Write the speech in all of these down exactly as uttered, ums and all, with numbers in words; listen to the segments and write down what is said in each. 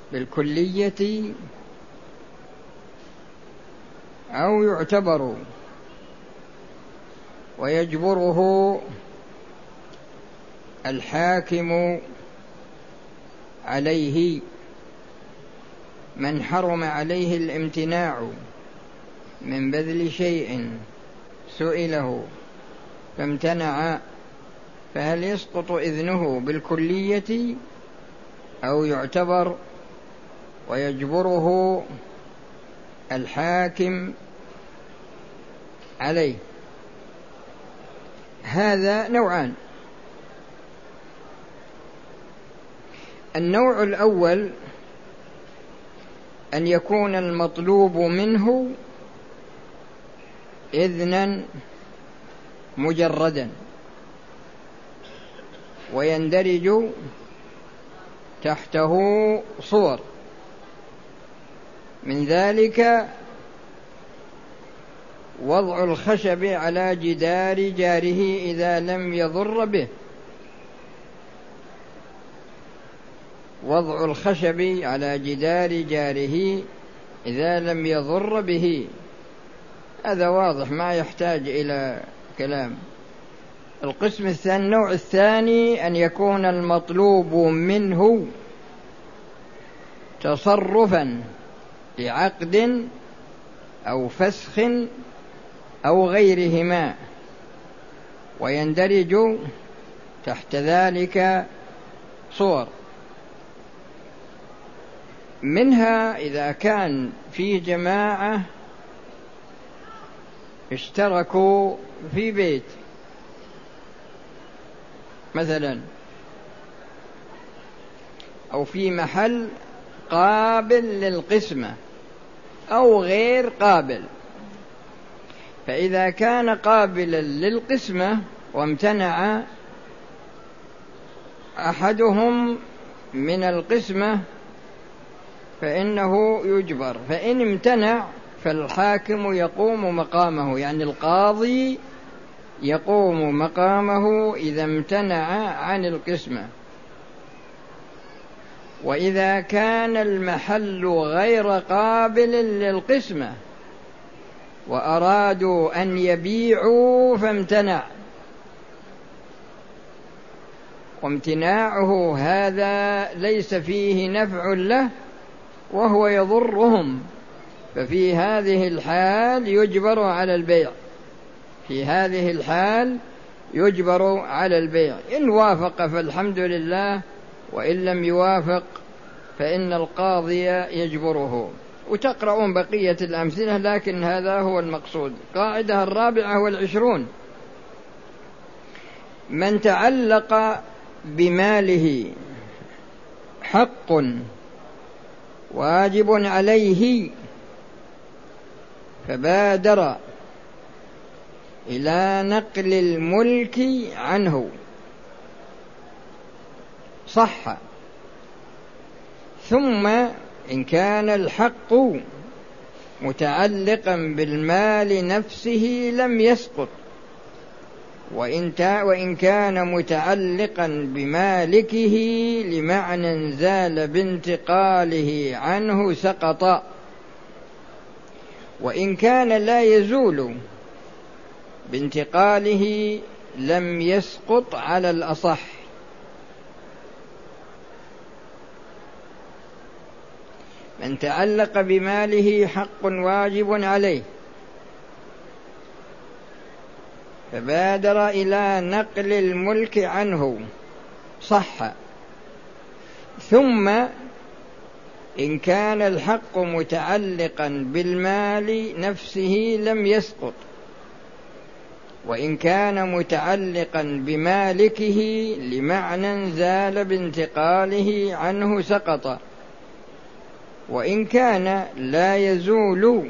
بالكلية أو يعتبر ويجبره الحاكم عليه من حرم عليه الامتناع من بذل شيء سئله فامتنع، فهل يسقط إذنه بالكلية أو يعتبر ويجبره الحاكم عليه؟ هذا نوعان. النوع الأول أن يكون المطلوب منه إذنا مجردا، ويندرج تحته صور، من ذلك وضع الخشب على جدار جاره إذا لم يضر به، وضع الخشب على جدار جاره إذا لم يضر به، هذا واضح ما يحتاج إلى كلام. القسم الثاني، النوع الثاني، أن يكون المطلوب منه تصرفا لعقد أو فسخ أو غيرهما، ويندرج تحت ذلك صور، منها إذا كان في جماعة اشتركوا في بيت مثلا أو في محل قابل للقسمة أو غير قابل، فإذا كان قابلا للقسمة وامتنع أحدهم من القسمة فإنه يجبر، فإن امتنع فالحاكم يقوم مقامه، يعني القاضي يقوم مقامه إذا امتنع عن القسمة. وإذا كان المحل غير قابل للقسمة وأرادوا أن يبيعوا فامتنع، وامتناعه هذا ليس فيه نفع له وهو يضرهم، ففي هذه الحال يجبر على البيع، في هذه الحال يجبر على البيع، إن وافق فالحمد لله، وإن لم يوافق فإن القاضي يجبره. وتقرؤون بقية الأمثلة، لكن هذا هو المقصود. قاعدة الرابعة والعشرون: من تعلق بماله حق واجب عليه فبادر إلى نقل الملك عنه صح، ثم إن كان الحق متعلقا بالمال نفسه لم يسقط، وإن كان متعلقا بمالكه لمعنى زال بانتقاله عنه سقط، وإن كان لا يزول بانتقاله لم يسقط على الأصح. من تعلق بماله حق واجب عليه فبادر إلى نقل الملك عنه صح، ثم إن كان الحق متعلقا بالمال نفسه لم يسقط، وإن كان متعلقا بمالكه لمعنى زال بانتقاله عنه سقط، وإن كان لا يزول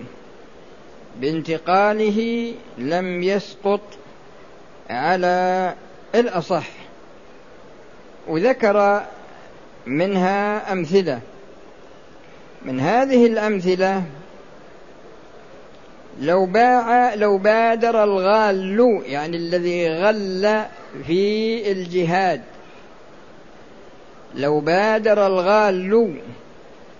بانتقاله لم يسقط على الأصح. وذكر منها أمثلة، من هذه الأمثلة: لو باع لو بادر الغال، يعني الذي غل في الجهاد، لو بادر الغال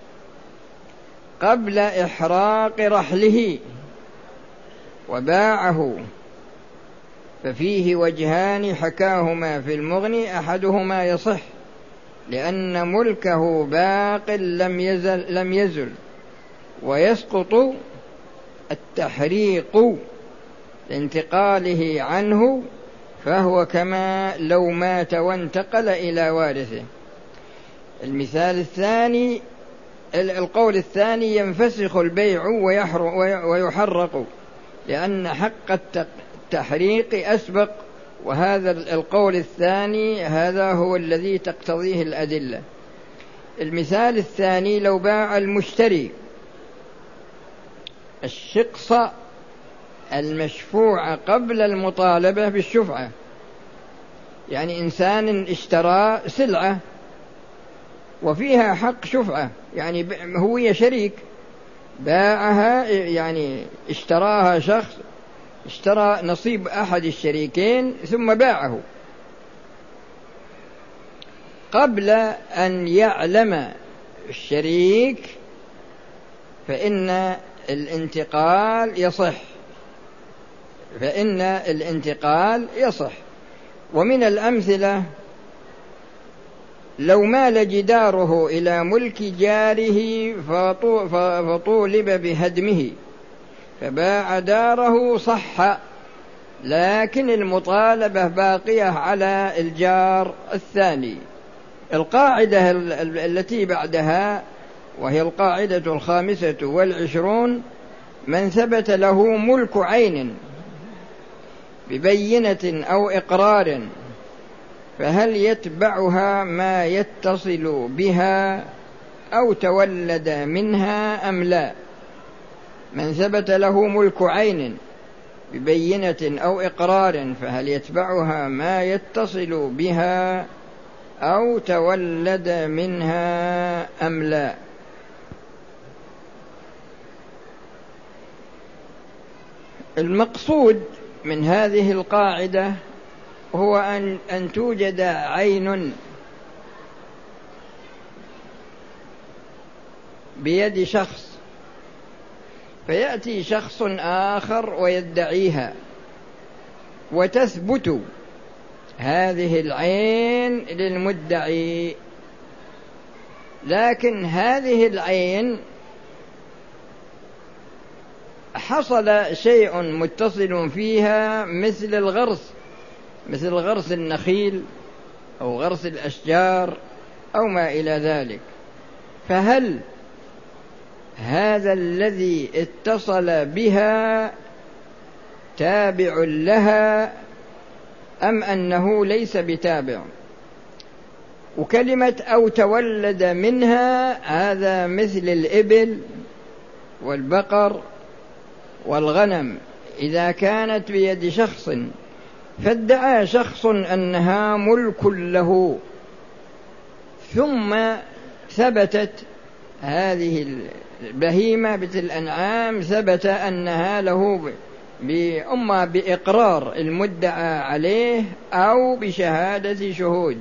قبل إحراق رحله وباعه، ففيه وجهان حكاهما في المغني، أحدهما يصح لأن ملكه باق لم يزل, لم يزل ويسقط التحريق لانتقاله عنه، فهو كما لو مات وانتقل إلى وارثه. المثال الثاني، القول الثاني ينفسخ البيع ويحرق لأن حق التحريق أسبق، وهذا القول الثاني هذا هو الذي تقتضيه الأدلة. المثال الثاني لو باع المشتري الشقص المشفوع قبل المطالبة بالشفعة، يعني إنسان اشترى سلعة وفيها حق شفعة، يعني هو شريك باعها، يعني اشتراها شخص، اشترى نصيب أحد الشريكين ثم باعه قبل أن يعلم الشريك، فإن الانتقال يصح فإن الانتقال يصح. ومن الأمثلة لو مال جداره إلى ملك جاره فطولب بهدمه فباع داره صح، لكن المطالبة باقية على الجار الثاني. القاعدة التي بعدها وهي القاعدة الخامسة والعشرون: من ثبت له ملك عين ببينة أو إقرار فهل يتبعها ما يتصل بها أو تولد منها أم لا؟ من ثبت له ملك عين ببينة أو إقرار فهل يتبعها ما يتصل بها أو تولد منها أم لا؟ المقصود من هذه القاعدة هو أن, أن توجد عين بيد شخص، فيأتي شخص آخر ويدعيها وتثبت هذه العين للمدعي، لكن هذه العين حصل شيء متصل فيها مثل الغرس، مثل غرس النخيل أو غرس الأشجار أو ما إلى ذلك، فهل هذا الذي اتصل بها تابع لها أم أنه ليس بتابع؟ وكلمة أو تولد منها هذا مثل الإبل والبقر والغنم، إذا كانت بيد شخص فادعى شخص أنها ملك له ثم ثبتت هذه البهيمة مثل الأنعام ثبت أنها له بأما بإقرار المدعى عليه أو بشهادة شهود،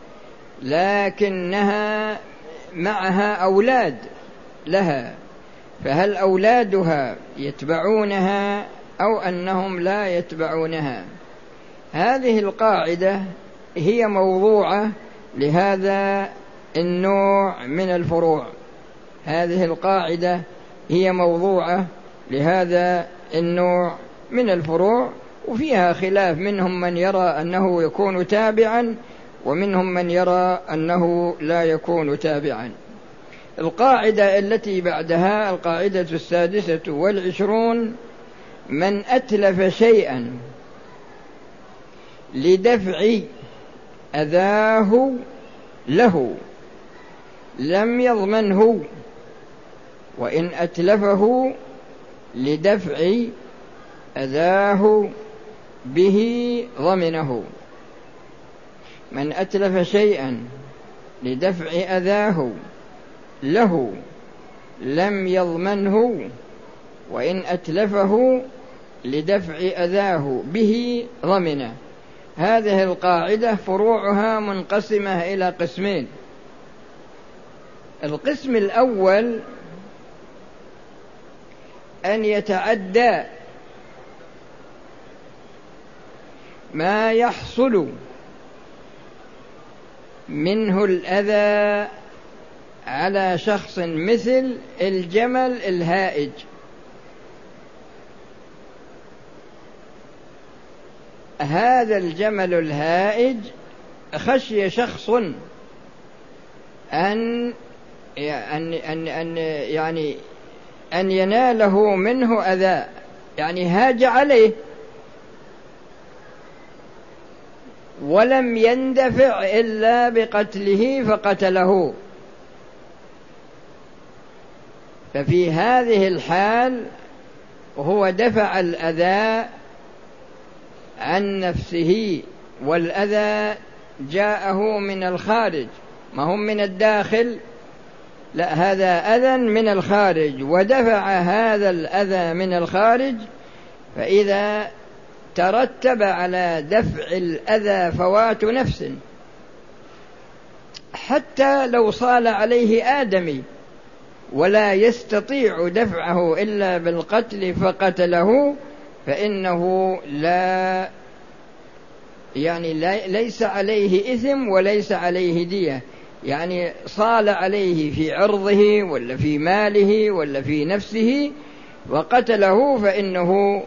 لكنها معها أولاد لها، فهل أولادها يتبعونها أو أنهم لا يتبعونها؟ هذه القاعدة هي موضوعة لهذا النوع من الفروع، هذه القاعدة هي موضوعة لهذا النوع من الفروع، وفيها خلاف، منهم من يرى أنه يكون تابعا ومنهم من يرى أنه لا يكون تابعا. القاعدة التي بعدها القاعدة السادسة والعشرون: من أتلف شيئا لدفع أذاه له لم يضمنه، وإن أتلفه لدفع أذاه به ضمنه. من أتلف شيئا لدفع أذاه له لم يضمنه، وإن أتلفه لدفع أذاه به ضمنه. هذه القاعدة فروعها منقسمة إلى قسمين: القسم الأول أن يتعدى ما يحصل منه الأذى على شخص مثل الجمل الهائج. هذا الجمل الهائج خشي شخص أن أن أن أن يعني أن يناله منه أذى، يعني هاج عليه ولم يندفع إلا بقتله فقتله. ففي هذه الحال هو دفع الأذى عن نفسه، والأذى جاءه من الخارج ما هم من الداخل، لا هذا أذى من الخارج، ودفع هذا الأذى من الخارج. فإذا ترتب على دفع الأذى فوات نفس، حتى لو صال عليه آدمي ولا يستطيع دفعه إلا بالقتل فقتله، فإنه لا يعني لا ليس عليه إثم وليس عليه دية، يعني صال عليه في عرضه ولا في ماله ولا في نفسه وقتله، فإنه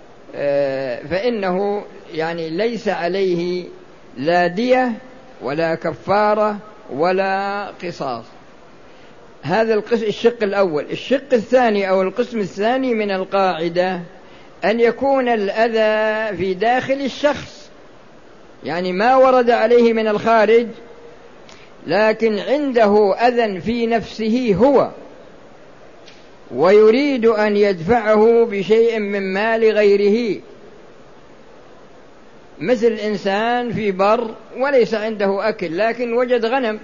فإنه يعني ليس عليه لا دية ولا كفارة ولا قصاص. هذا الشق الأول. الشق الثاني أو القسم الثاني من القاعدة أن يكون الأذى في داخل الشخص، يعني ما ورد عليه من الخارج لكن عنده أذى في نفسه هو، ويريد أن يدفعه بشيء من مال غيره، مثل إنسان في بر وليس عنده أكل لكن وجد غنم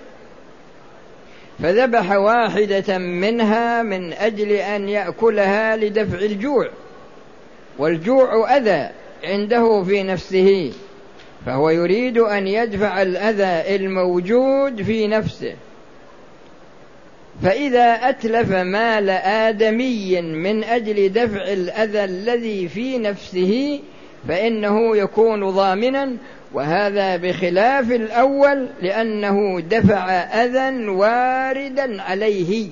فذبح واحدة منها من أجل أن يأكلها لدفع الجوع، والجوع أذى عنده في نفسه، فهو يريد أن يدفع الأذى الموجود في نفسه. فإذا أتلف مال آدمي من أجل دفع الأذى الذي في نفسه فإنه يكون ضامنا، وهذا بخلاف الأول لأنه دفع أذى واردا عليه،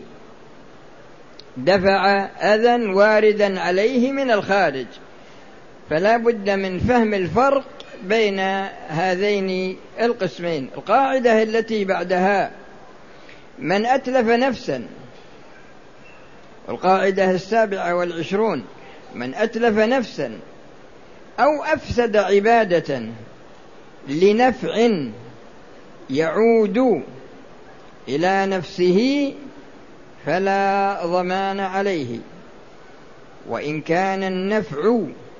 دفع أذى واردا عليه من الخارج. فلا بد من فهم الفرق بين هذين القسمين. القاعدة التي بعدها: من أتلف نفسا، القاعدة السابعة والعشرون: من أتلف نفسا أو أفسد عبادة لنفع يعود إلى نفسه فلا ضمان عليه، وإن كان النفع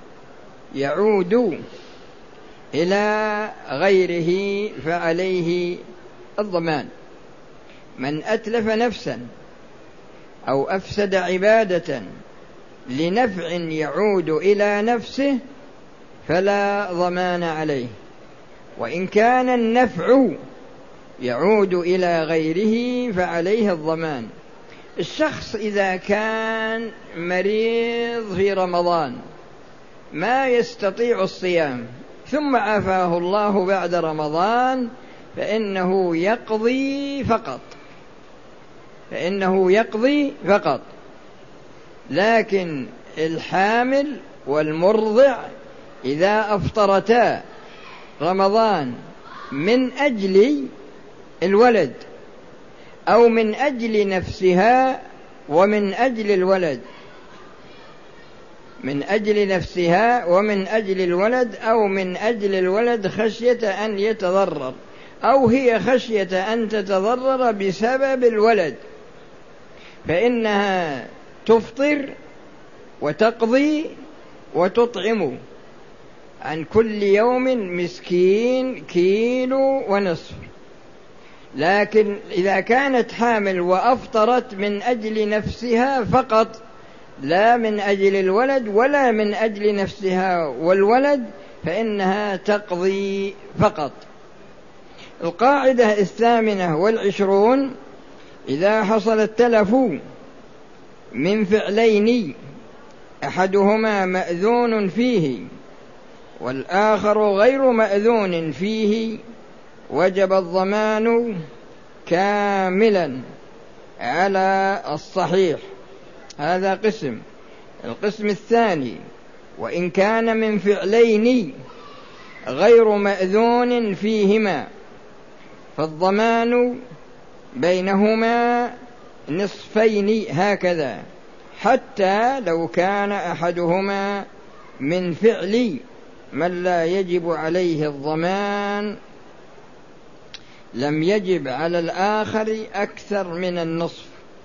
يعود إلى غيره فعليه الضمان. من أتلف نفسا أو أفسد عبادة لنفع يعود إلى نفسه فلا ضمان عليه، وإن كان النفع يعود إلى غيره فعليه الضمان. الشخص إذا كان مريض في رمضان ما يستطيع الصيام ثم عافاه الله بعد رمضان فإنه يقضي فقط، فإنه يقضي فقط. لكن الحامل والمرضع إذا أفطرتا رمضان من أجل الولد أو من أجل نفسها ومن أجل الولد، من أجل نفسها ومن أجل الولد، أو من أجل الولد خشية أن يتضرر، أو هي خشية أن تتضرر بسبب الولد، فإنها تفطر وتقضي وتطعم عن كل يوم مسكين كيلو ونصف. لكن إذا كانت حامل وأفطرت من أجل نفسها فقط لا من أجل الولد ولا من أجل نفسها والولد فإنها تقضي فقط. القاعدة الثامنة والعشرون: إذا حصل التلف من فعلين أحدهما مأذون فيه والآخر غير مأذون فيه وجب الضمان كاملا على الصحيح. هذا قسم. القسم الثاني: وإن كان من فعلين غير مأذون فيهما فالضمان بينهما نصفين هكذا، حتى لو كان أحدهما من فعل من لا يجب عليه الضمان لم يجب على الآخر أكثر من النصف.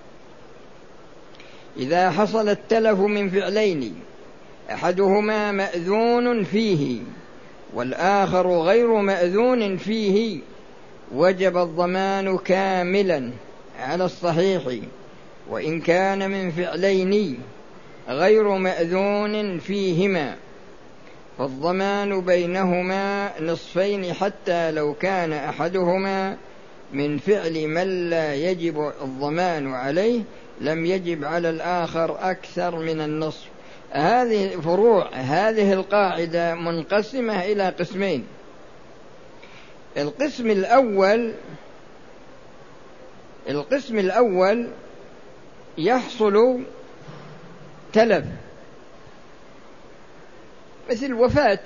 إذا حصل التلف من فعلين أحدهما مأذون فيه والآخر غير مأذون فيه وجب الضمان كاملا على الصحيح. وإن كان من فعلين غير مأذون فيهما فالضمان بينهما نصفين، حتى لو كان أحدهما من فعل من لا يجب الضمان عليه لم يجب على الآخر أكثر من النصف. هذه فروع هذه القاعدة منقسمة إلى قسمين. القسم الأول القسم الأول يحصل تلف مثل وفاة،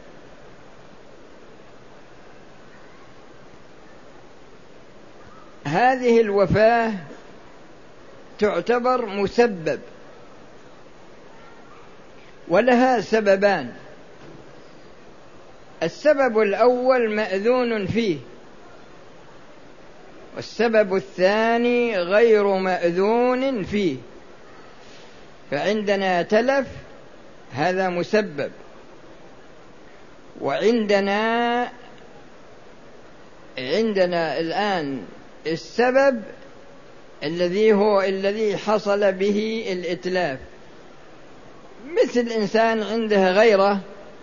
هذه الوفاة تعتبر مسبب ولها سببان: السبب الأول مأذون فيه، والسبب الثاني غير مأذون فيه. فعندنا تلف هذا مسبب، وعندنا عندنا الآن السبب الذي هو الذي حصل به الإتلاف، مثل إنسان عنده غيره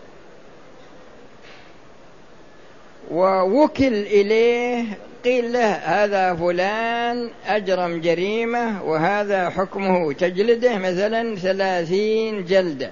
ووكل إليه قيل له هذا فلان أجرم جريمة وهذا حكمه تجلده مثلا ثلاثين جلدة.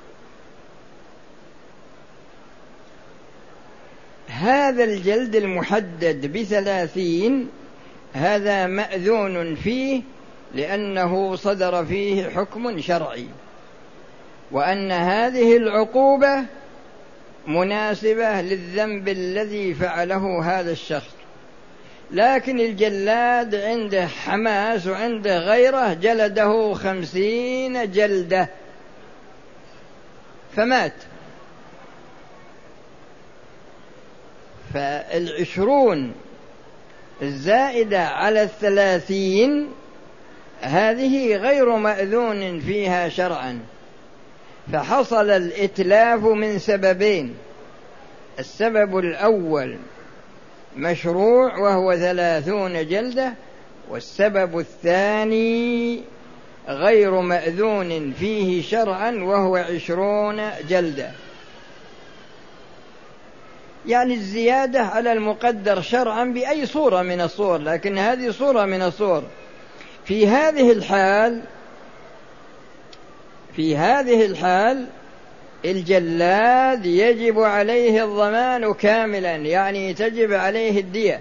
هذا الجلد المحدد بثلاثين هذا مأذون فيه لأنه صدر فيه حكم شرعي، وأن هذه العقوبة مناسبة للذنب الذي فعله هذا الشخص. لكن الجلاد عنده حماس وعنده غيره جلده خمسين جلدة فمات، فالعشرون الزائدة على الثلاثين هذه غير مأذون فيها شرعا. فحصل الإتلاف من سببين: السبب الأول مشروع وهو ثلاثون جلدة، والسبب الثاني غير مأذون فيه شرعا وهو عشرون جلدة، يعني الزيادة على المقدر شرعا بأي صورة من الصور، لكن هذه صورة من الصور. في هذه الحال في هذه الحال الجلاد يجب عليه الضمان كاملا، يعني تجب عليه الدية،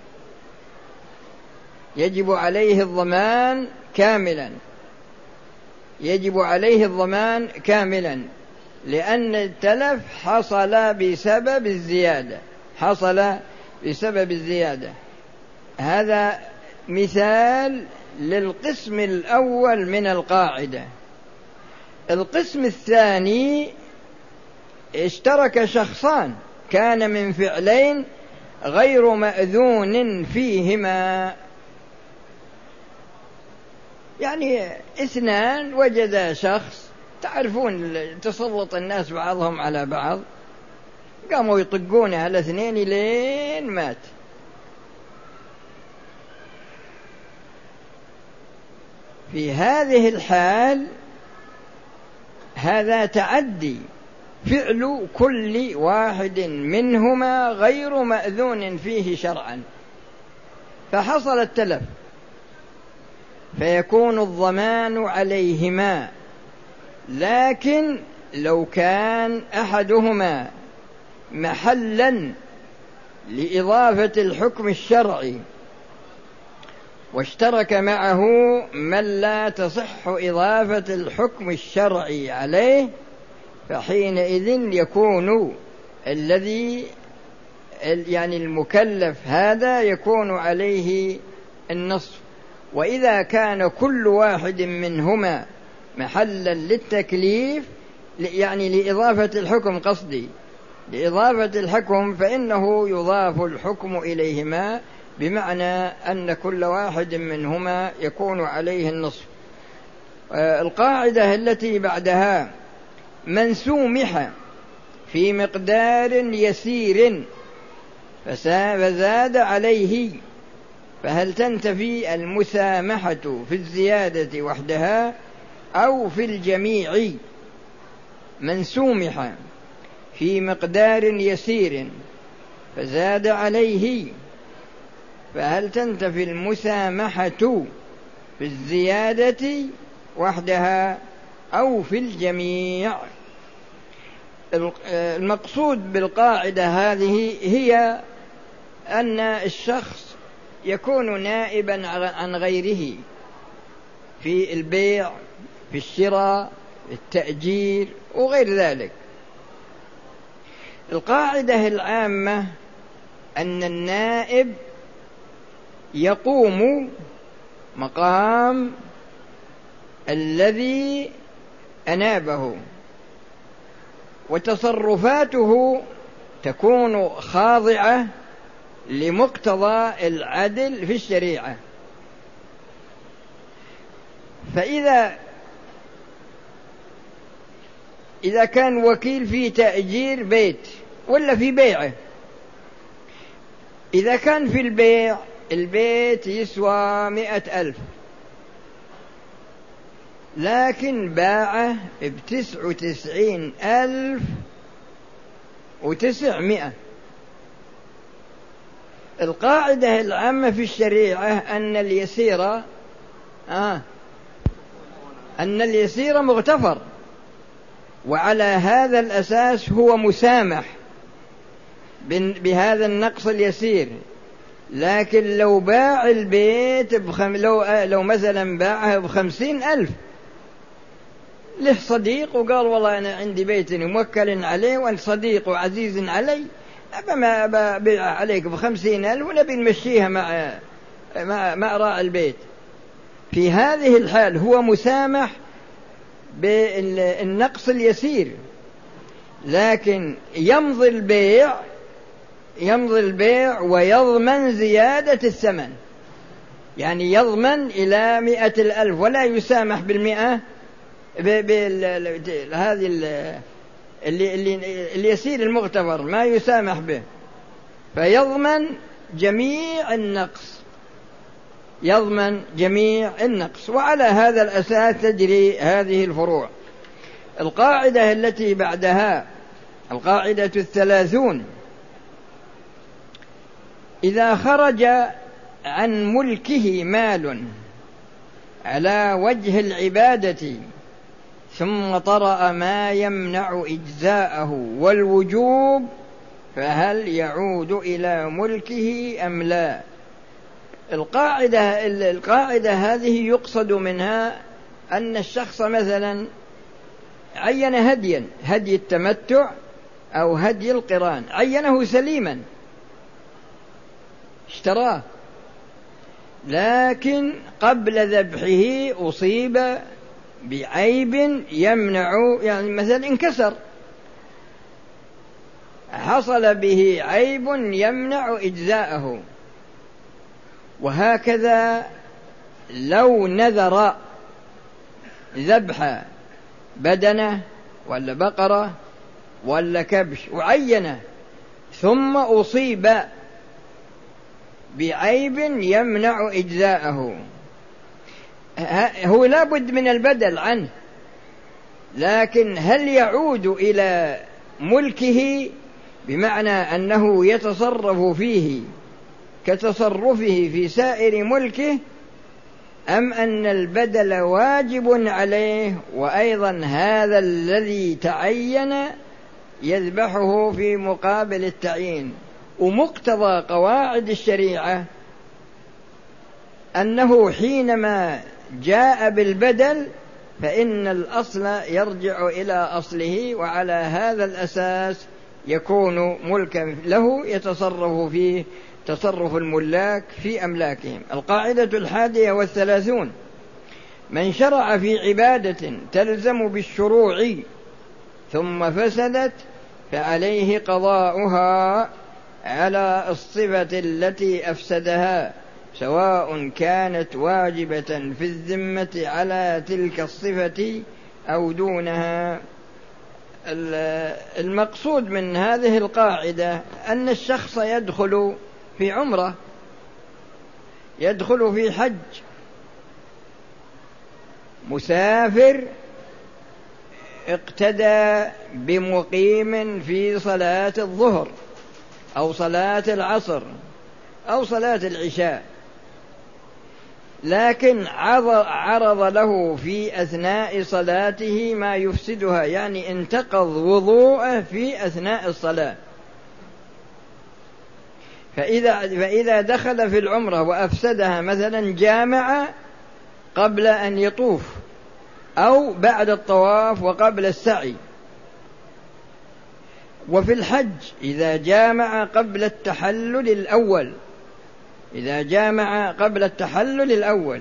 يجب عليه الضمان كاملا يجب عليه الضمان كاملا لأن التلف حصل بسبب الزيادة حصل بسبب الزيادة. هذا مثال للقسم الأول من القاعدة. القسم الثاني: اشترك شخصان كان من فعلين غير مأذون فيهما، يعني اثنان وجد شخص، تعرفون تسلط الناس بعضهم على بعض، قاموا يطقون على اثنين لين مات. في هذه الحال هذا تعدي، فعل كل واحد منهما غير مأذون فيه شرعا، فحصل التلف، فيكون الضمان عليهما لكن لو كان أحدهما محلا لإضافة الحكم الشرعي واشترك معه من لا تصح إضافة الحكم الشرعي عليه، فحينئذ يكون الذي يعني المكلف هذا يكون عليه النصف. وإذا كان كل واحد منهما محلا للتكليف يعني لإضافة الحكم قصدي لإضافة الحكم فإنه يضاف الحكم إليهما، بمعنى أن كل واحد منهما يكون عليه النصف. القاعدة التي بعدها: من سومح في مقدار يسير فزاد عليه فهل تنتفي المسامحة في الزيادة وحدها أو في الجميع؟ من سومح في مقدار يسير فزاد عليه فهل تنتفي المسامحة في الزيادة وحدها أو في الجميع؟ المقصود بالقاعدة هذه هي أن الشخص يكون نائبا عن غيره في البيع، في الشراء، في التأجير وغير ذلك. القاعدة العامة أن النائب يقوم مقام الذي أنابه، وتصرفاته تكون خاضعة لمقتضى العدل في الشريعة. فإذا إذا كان وكيل في تأجير بيت ولا في بيعه، إذا كان في البيع البيت يسوى مئة ألف لكن باعه بتسع وتسعين ألف وتسعمائة، القاعدة العامة في الشريعة أن اليسير آه أن اليسير مغتفر، وعلى هذا الأساس هو مسامح بهذا النقص اليسير. لكن لو باع البيت بخم... لو... لو مثلا باعه بخمسين ألف له صديق وقال والله أنا عندي بيت موكل عليه وأنت صديق وعزيز علي، أبا ما أبيع عليك بخمسين ألف ونبي نمشيها مع مع, مع راعي البيت، في هذه الحال هو مسامح بالنقص اليسير، لكن يمضي البيع يمضي البيع ويضمن زيادة الثمن، يعني يضمن إلى مئة الألف ولا يسامح بالمئة هذه اللي اللي يسير المغتفر ما يسامح به، فيضمن جميع النقص يضمن جميع النقص. وعلى هذا الأساس تجري هذه الفروع. القاعدة التي بعدها القاعدة الثلاثون: إذا خرج عن ملكه مال على وجه العبادة ثم طرأ ما يمنع إجزاءه والوجوب فهل يعود إلى ملكه أم لا؟ القاعدة القاعدة هذه يقصد منها أن الشخص مثلا عين هديا، هدي التمتع أو هدي القران، عينه سليما اشتراه، لكن قبل ذبحه أصيب بعيب يمنع، يعني مثلا انكسر، حصل به عيب يمنع إجزاءه. وهكذا لو نذر ذبح بدنه ولا بقرة ولا كبش وعينه ثم أصيب بعيب يمنع إجزاءه، هو لا بد من البدل عنه، لكن هل يعود إلى ملكه بمعنى أنه يتصرف فيه كتصرفه في سائر ملكه أم أن البدل واجب عليه وأيضا هذا الذي تعين يذبحه في مقابل التعيين؟ ومقتضى قواعد الشريعة أنه حينما جاء بالبدل فإن الأصل يرجع إلى أصله، وعلى هذا الأساس يكون ملكا له يتصرف فيه تصرف الملاك في أملاكهم. القاعدة الحادية والثلاثون: من شرع في عبادة تلزم بالشروع ثم فسدت فعليه قضاؤها على الصفة التي أفسدها، سواء كانت واجبة في الذمة على تلك الصفة أو دونها. المقصود من هذه القاعدة أن الشخص يدخل في عمرة، يدخل في حج، مسافر اقتدى بمقيم في صلاة الظهر أو صلاة العصر أو صلاة العشاء، لكن عرض له في أثناء صلاته ما يفسدها، يعني انتقض وضوءه في أثناء الصلاة. فإذا, فإذا دخل في العمرة وأفسدها، مثلا جامع قبل أن يطوف أو بعد الطواف وقبل السعي، وفي الحج إذا جامع قبل التحلل الأول، إذا جامع قبل التحلل الأول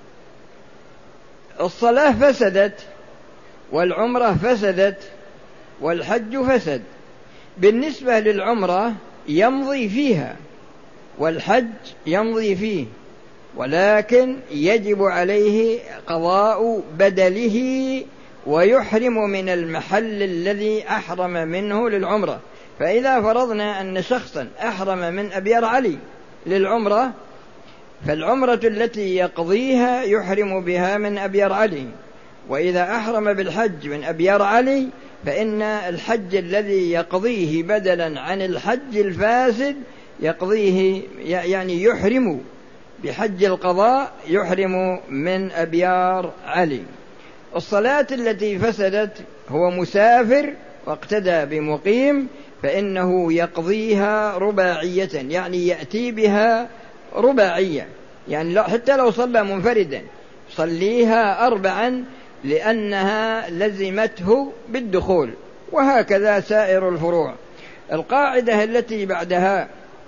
الصلاة فسدت والعمرة فسدت والحج فسد. بالنسبة للعمرة يمضي فيها والحج يمضي فيه، ولكن يجب عليه قضاء بدله ويحرم من المحل الذي أحرم منه للعمرة. فإذا فرضنا أن شخصا أحرم من أبيار علي للعمرة، فالعمرة التي يقضيها يحرم بها من أبيار علي، وإذا أحرم بالحج من أبيار علي فإن الحج الذي يقضيه بدلا عن الحج الفاسد يقضيه، يعني يحرم بحج القضاء، يحرم من أبيار علي. الصلاة التي فسدت هو مسافر واقتدى بمقيم فإنه يقضيها رباعية، يعني يأتي بها رباعية، يعني حتى لو صلى منفردا صليها أربعا لأنها لزمته بالدخول، وهكذا سائر الفروع. القاعدة التي بعدها: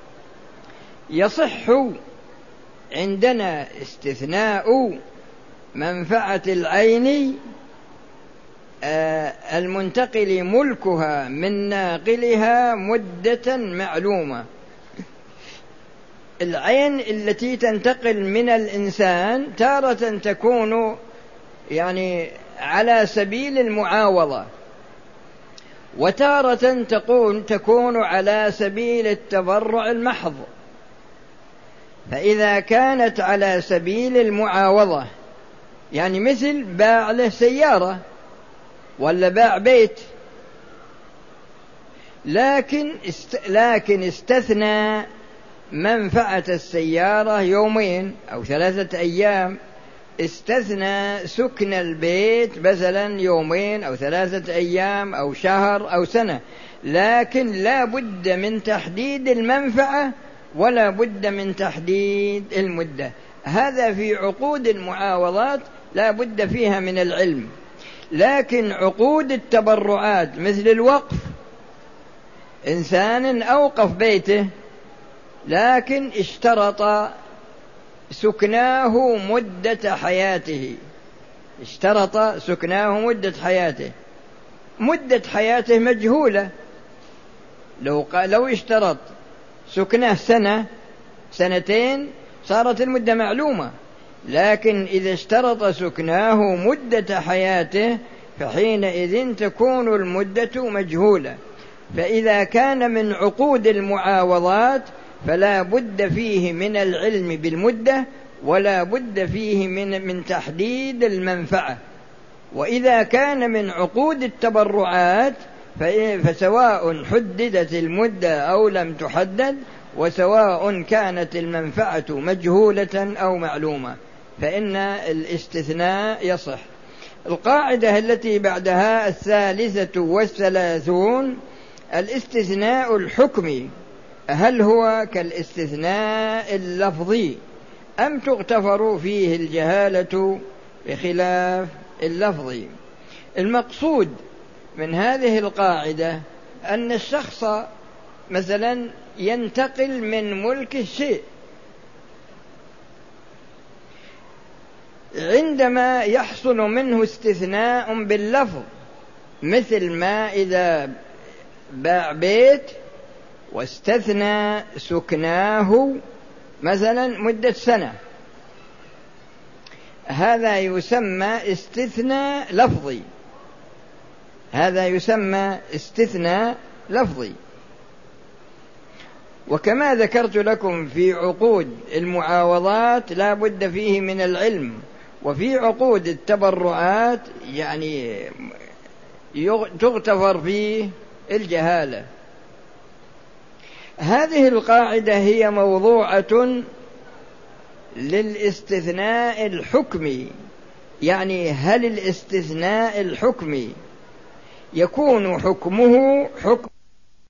يصح عندنا استثناء منفعة العين المنتقل ملكها من ناقلها مدة معلومة. العين التي تنتقل من الإنسان تارة تكون يعني على سبيل المعاوضة، وتارة تكون تكون على سبيل التبرع المحض. فإذا كانت على سبيل المعاوضة، يعني مثل باع له سيارة ولا باع بيت، لكن است... لكن استثنى منفعة السيارة يومين أو ثلاثة أيام، استثنى سكن البيت مثلا يومين أو ثلاثة أيام أو شهر أو سنة، لكن لا بد من تحديد المنفعة ولا بد من تحديد المدة. هذا في عقود المعاوضات لا بد فيها من العلم، لكن عقود التبرعات مثل الوقف، إنسان أوقف بيته لكن اشترط سكناه مدة حياته، اشترط سكناه مدة حياته، مدة حياته مجهولة. لو لو اشترط سكنه سنة سنتين صارت المدة معلومة، لكن إذا اشترط سكناه مدة حياته فحينئذ تكون المدة مجهولة. فإذا كان من عقود المعاوضات فلا بد فيه من العلم بالمدة ولا بد فيه من من تحديد المنفعة. وإذا كان من عقود التبرعات فسواء حددت المدة أو لم تحدد، وسواء كانت المنفعة مجهولة أو معلومة. فإن الاستثناء يصح. القاعدة التي بعدها الثالثة والثلاثون الاستثناء الحكمي، هل هو كالاستثناء اللفظي أم تغتفر فيه الجهالة بخلاف اللفظي؟ المقصود من هذه القاعدة أن الشخص مثلا ينتقل من ملك الشيء، عندما يحصل منه استثناء باللفظ، مثل ما إذا باع بيت واستثنى سكناه مثلا مدة سنة، هذا يسمى استثناء لفظي، هذا يسمى استثناء لفظي. وكما ذكرت لكم في عقود المعاوضات لا بد فيه من العلم، وفي عقود التبرعات يعني تغتفر فيه الجهالة. هذه القاعدة هي موضوعة للاستثناء الحكمي، يعني هل الاستثناء الحكمي يكون حكمه حكم